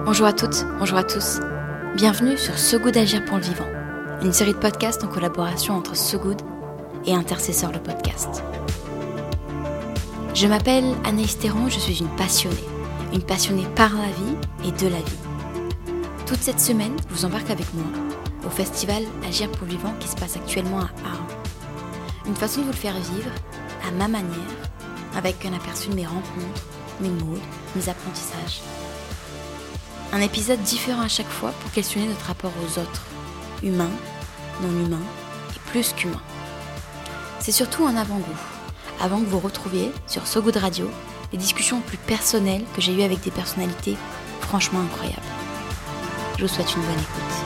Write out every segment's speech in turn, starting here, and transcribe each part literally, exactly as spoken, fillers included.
Bonjour à toutes, bonjour à tous. Bienvenue sur So Good Agir pour le vivant, une série de podcasts en collaboration entre So Good et Intercesseur le podcast. Je m'appelle Anaïs Théron, je suis une passionnée, une passionnée par la vie et de la vie. Toute cette semaine, je vous embarque avec moi au festival Agir pour le vivant qui se passe actuellement à Arles. Une façon de vous le faire vivre à ma manière, avec un aperçu de mes rencontres, mes mots, mes apprentissages. Un épisode différent à chaque fois pour questionner notre rapport aux autres, humains, non humains et plus qu'humains. C'est surtout un avant-goût, avant que vous retrouviez sur So Good Radio les discussions plus personnelles que j'ai eues avec des personnalités franchement incroyables. Je vous souhaite une bonne écoute.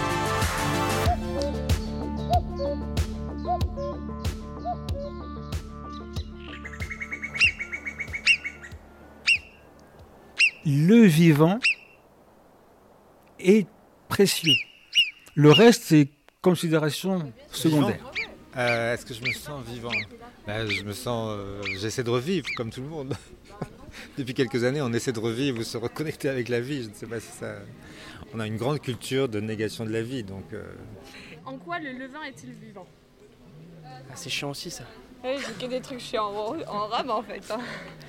Le vivant est précieux. Le reste, c'est considération secondaire. Euh, est-ce que je me sens vivant ? Ben, je me sens, euh, j'essaie de revivre comme tout le monde. Depuis quelques années, on essaie de revivre ou se reconnecter avec la vie. Je ne sais pas si ça. On a une grande culture de négation de la vie, donc. Euh... En quoi le levain est-il vivant ? Ah, c'est chiant aussi ça. Oui, j'ai que des trucs chiants en, en rame en fait. Hein.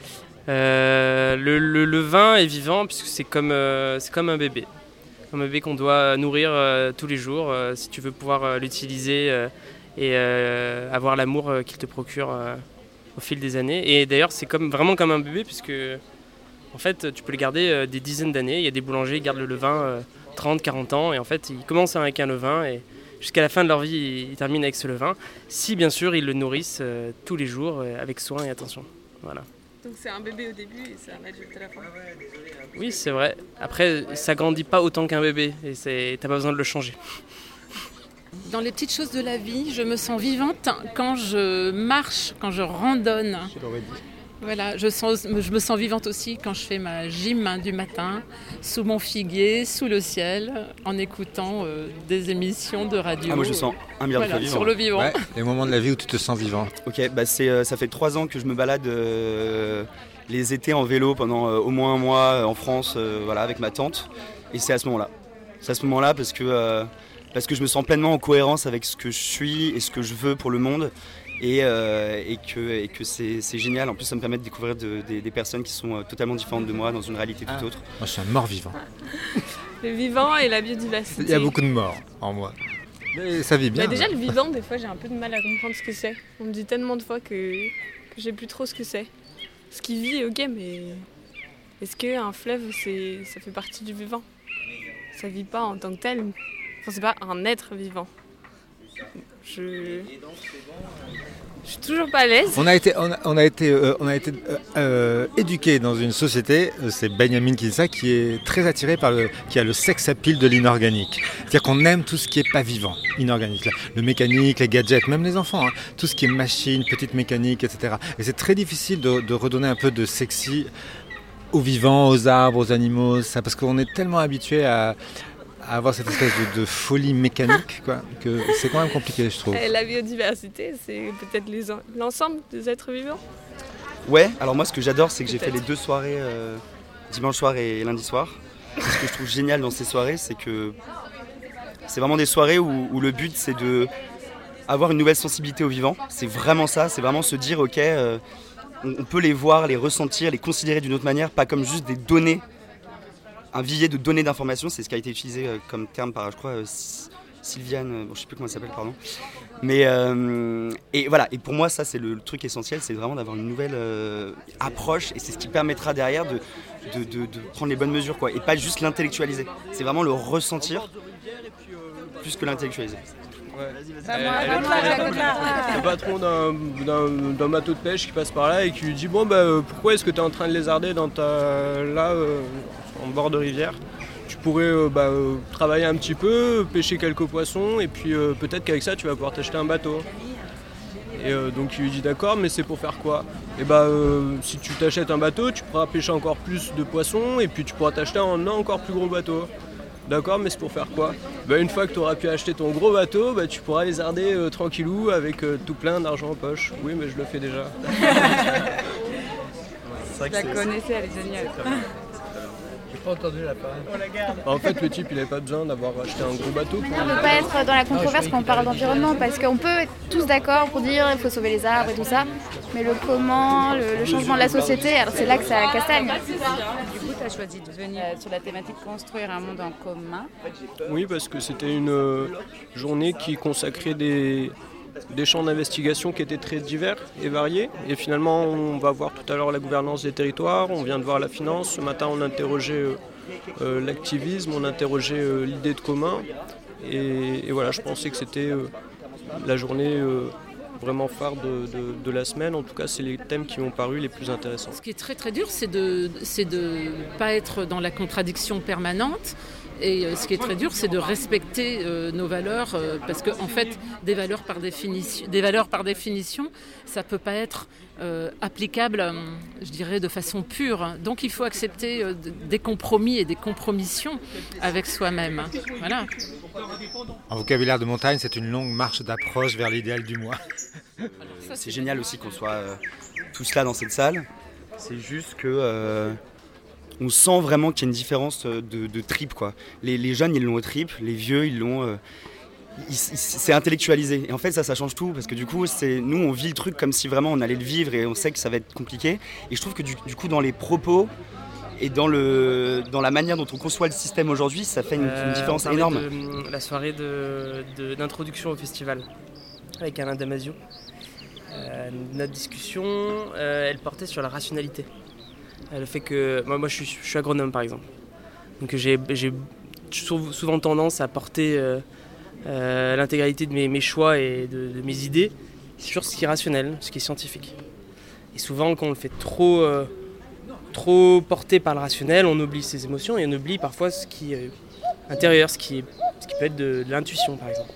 Euh, le, le levain est vivant puisque c'est comme, euh, c'est comme un bébé. Un bébé qu'on doit nourrir euh, tous les jours euh, si tu veux pouvoir euh, l'utiliser euh, et euh, avoir l'amour euh, qu'il te procure euh, au fil des années. Et d'ailleurs, c'est comme, vraiment comme un bébé puisque en fait, tu peux le garder euh, des dizaines d'années. Il y a des boulangers qui gardent le levain euh, trente, quarante ans et en fait, ils commencent avec un levain et jusqu'à la fin de leur vie, ils, ils terminent avec ce levain. Si bien sûr, ils le nourrissent euh, tous les jours euh, avec soin et attention. Voilà. Donc c'est un bébé au début et c'est un adulte à la fin. Oui, c'est vrai. Après, ça grandit pas autant qu'un bébé et c'est... t'as pas besoin de le changer. Dans les petites choses de la vie, je me sens vivante quand je marche, quand je randonne. Je l'aurais dit. Voilà, je, sens, je me sens vivante aussi quand je fais ma gym du matin, sous mon figuier, sous le ciel, en écoutant euh, des émissions de radio. Ah, moi je sens un milliard voilà, de fois vivant. Sur le vivant. Ouais, les moments de la vie où tu te sens vivant. Ok, bah c'est, euh, ça fait trois ans que je me balade euh, les étés en vélo pendant euh, au moins un mois euh, en France, euh, voilà, avec ma tante. Et c'est à ce moment-là. C'est à ce moment-là parce que, euh, parce que je me sens pleinement en cohérence avec ce que je suis et ce que je veux pour le monde. Et, euh, et que, et que c'est, c'est génial. En plus, ça me permet de découvrir de, de, des personnes qui sont euh, totalement différentes de moi dans une réalité tout ah. autre. Moi, je suis un mort-vivant. Le vivant et la biodiversité. Il y a beaucoup de morts en moi. Mais ça vit bien. Bah déjà, le vivant, des fois, j'ai un peu de mal à comprendre ce que c'est. On me dit tellement de fois que, que j'ai plus trop ce que c'est. Ce qui vit, ok, mais est-ce qu'un fleuve, c'est, ça fait partie du vivant ? Ça vit pas en tant que tel. Enfin, c'est pas un être vivant. Je... Je suis toujours pas à l'aise. On a été, on a, on a été, euh, on a été euh, euh, éduqués dans une société, euh, c'est Benjamin Kinsa qui est très attiré par le, qui a le sex appeal de l'inorganique. C'est-à-dire qu'on aime tout ce qui est pas vivant, inorganique. Là. Le mécanique, les gadgets, même les enfants, hein, tout ce qui est machine, petite mécanique, et cetera. Et c'est très difficile de, de redonner un peu de sexy aux vivants, aux arbres, aux animaux, ça, parce qu'on est tellement habitué à à avoir cette espèce de, de folie mécanique, quoi, que c'est quand même compliqué, je trouve. Et la biodiversité, c'est peut-être les, l'ensemble des êtres vivants ? Ouais, alors moi ce que j'adore, c'est que peut-être. j'ai fait les deux soirées, euh, dimanche soir et lundi soir. Et ce que je trouve génial dans ces soirées, c'est que c'est vraiment des soirées où, où le but c'est de avoir une nouvelle sensibilité aux vivants. C'est vraiment ça, c'est vraiment se dire, ok, euh, on, on peut les voir, les ressentir, les considérer d'une autre manière, pas comme juste des données. Un vivier de données d'informations, c'est ce qui a été utilisé euh, comme terme par, je crois, euh, Sylviane, euh, bon, je sais plus comment elle s'appelle, pardon. Mais, euh, et voilà, et pour moi, ça, c'est le, le truc essentiel, c'est vraiment d'avoir une nouvelle euh, approche, et c'est ce qui permettra derrière de, de, de, de prendre les bonnes mesures, quoi, et pas juste l'intellectualiser. C'est vraiment le ressentir, plus que l'intellectualiser. Ouais. Elle, elle est très cool. Le patron d'un, d'un, d'un bateau de pêche qui passe par là et qui lui dit bon bah euh, pourquoi est-ce que tu es en train de lézarder dans ta là euh, en bord de rivière ? Tu pourrais euh, bah, euh, travailler un petit peu, pêcher quelques poissons et puis euh, peut-être qu'avec ça tu vas pouvoir t'acheter un bateau. Et euh, donc il lui dit d'accord, mais c'est pour faire quoi ? Et bah euh, si tu t'achètes un bateau, tu pourras pêcher encore plus de poissons et puis tu pourras t'acheter un encore plus gros bateau. D'accord, mais c'est pour faire quoi ? Bah, une fois que tu auras pu acheter ton gros bateau, bah, tu pourras lézarder euh, tranquillou avec euh, tout plein d'argent en poche. Oui, mais je le fais déjà. Je la connaissais, elle est géniale. J'ai pas entendu la parole. En fait, le type, il n'avait pas besoin d'avoir acheté un gros bateau. On ne peut pas être dans la controverse quand on parle d'environnement, parce qu'on peut être tous d'accord pour dire qu'il faut sauver les arbres et tout ça, mais le comment, le, le changement de la société, alors c'est là que ça castagne. Du coup, tu as choisi de venir sur la thématique construire un monde en commun. Oui, parce que c'était une euh, journée qui consacrait des, des champs d'investigation qui étaient très divers et variés. Et finalement, on va voir tout à l'heure la gouvernance des territoires, on vient de voir la finance. Ce matin, on interrogeait euh, euh, l'activisme, on interrogeait euh, l'idée de commun. Et, et voilà, je pensais que c'était euh, la journée euh, vraiment phare de, de, de la semaine. En tout cas, c'est les thèmes qui m'ont paru les plus intéressants. Ce qui est très très dur, c'est de c'est de pas être dans la contradiction permanente. Et euh, ce qui est très dur, c'est de respecter euh, nos valeurs, euh, parce qu'en en fait, des valeurs par définition, des valeurs par définition, ça peut pas être euh, applicable, euh, je dirais, de façon pure. Donc, il faut accepter euh, des compromis et des compromissions avec soi-même. Voilà. En vocabulaire de montagne, c'est une longue marche d'approche vers l'idéal du moi. C'est génial aussi qu'on soit euh, tous là dans cette salle. C'est juste que euh, on sent vraiment qu'il y a une différence de, de trip, quoi. Les, les jeunes, ils l'ont au trip, les vieux, ils l'ont... Euh, il, il, c'est intellectualisé. Et en fait, ça, ça change tout, parce que du coup, c'est, nous, on vit le truc comme si vraiment on allait le vivre et on sait que ça va être compliqué. Et je trouve que du, du coup, dans les propos et dans, le, dans la manière dont on conçoit le système aujourd'hui, ça fait une, Euh, une différence on énorme. De la soirée de, de, d'introduction au festival avec Alain Damasio. Euh, notre discussion, euh, elle portait sur la rationalité. Euh, le fait que moi, moi je, suis, je suis agronome par exemple, donc j'ai, j'ai souvent tendance à porter euh, euh, l'intégralité de mes, mes choix et de, de mes idées sur ce qui est rationnel, ce qui est scientifique. Et souvent quand on le fait trop, euh, trop porté par le rationnel, on oublie ses émotions et on oublie parfois ce qui est intérieur, ce qui, est, ce qui peut être de, de l'intuition par exemple.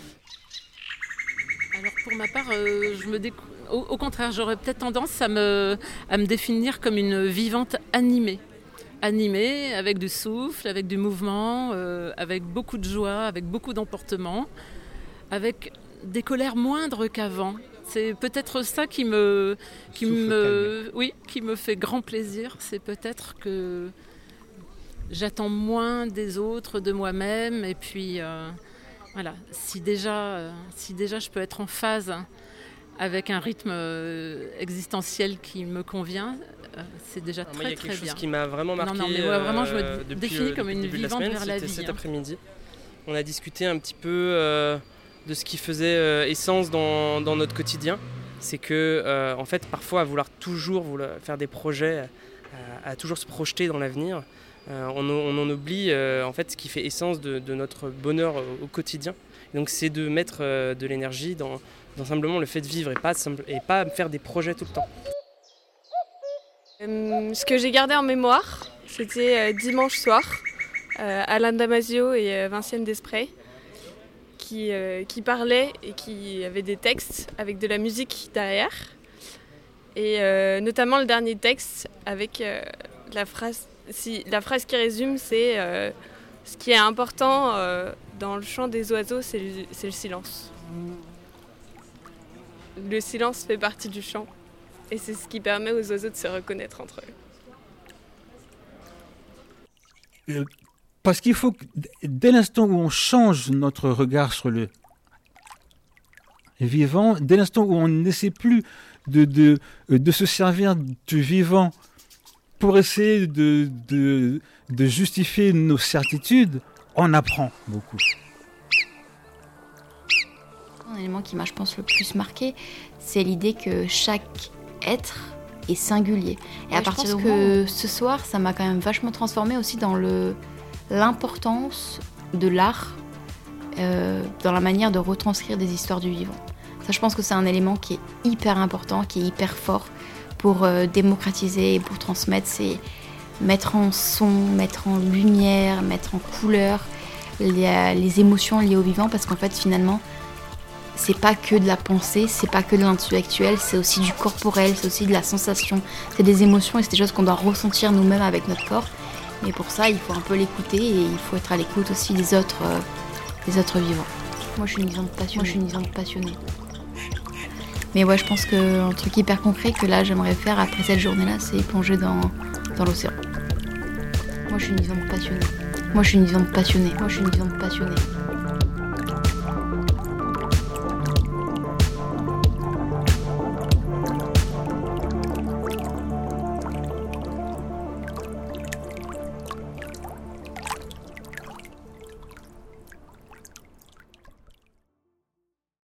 Alors pour ma part, euh, je me décou... au, au contraire, j'aurais peut-être tendance à me, à me définir comme une vivante animée. Animée, avec du souffle, avec du mouvement, euh, avec beaucoup de joie, avec beaucoup d'emportement, avec des colères moindres qu'avant. C'est peut-être ça qui me, qui me, oui, qui me fait grand plaisir. C'est peut-être que j'attends moins des autres, de moi-même, et puis... Euh, Voilà, si déjà, euh, si déjà je peux être en phase avec un rythme euh, existentiel qui me convient, euh, c'est déjà Alors très moi, très bien. Il y a quelque chose qui m'a vraiment marqué. Non, non, mais ouais, vraiment, je me euh, définis depuis, comme depuis une le début de la vivante semaine, vers la c'était vie. cet hein. après-midi. On a discuté un petit peu euh, de ce qui faisait euh, essence dans, dans notre quotidien. C'est que, euh, en fait, parfois, à vouloir toujours vouloir faire des projets, à, à toujours se projeter dans l'avenir, euh, on, on en oublie euh, en fait ce qui fait essence de, de notre bonheur au, au quotidien. Et donc, c'est de mettre euh, de l'énergie dans, dans simplement le fait de vivre et pas, et pas faire des projets tout le temps. Euh, ce que j'ai gardé en mémoire, c'était euh, dimanche soir, euh, Alain Damasio et euh, Vinciane Desprez qui, euh, qui parlaient et qui avaient des textes avec de la musique derrière. Et euh, notamment le dernier texte avec euh, la phrase, si, la phrase qui résume, c'est euh, ce qui est important euh, dans le chant des oiseaux, c'est le, c'est le silence. Le silence fait partie du chant. Et c'est ce qui permet aux oiseaux de se reconnaître entre eux. Euh, parce qu'il faut que, dès l'instant où on change notre regard sur le vivant, dès l'instant où on n'essaie plus de, de, de se servir du vivant pour essayer de, de, de justifier nos certitudes, on apprend beaucoup. Un élément qui m'a, je pense, le plus marqué, c'est l'idée que chaque être est singulier. Et ouais, à partir que ce soir, ça m'a quand même vachement transformée aussi dans le, l'importance de l'art euh, dans la manière de retranscrire des histoires du vivant. Ça, je pense que c'est un élément qui est hyper important, qui est hyper fort pour euh, démocratiser, pour transmettre, c'est mettre en son, mettre en lumière, mettre en couleur les, les émotions liées au vivant, parce qu'en fait, finalement, c'est pas que de la pensée, c'est pas que de l'intellectuel, c'est aussi du corporel, c'est aussi de la sensation, c'est des émotions et c'est des choses qu'on doit ressentir nous-mêmes avec notre corps. Mais pour ça, il faut un peu l'écouter et il faut être à l'écoute aussi des autres, euh, des autres vivants. Moi, je suis une vivante passionnée. Moi, je suis une vivante passionnée. Mais ouais, je pense qu'un truc hyper concret que là, j'aimerais faire après cette journée-là, c'est plonger dans, dans l'océan. Moi je suis une vivante passionnée. Moi je suis une vivante passionnée. Moi je suis une vivante passionnée.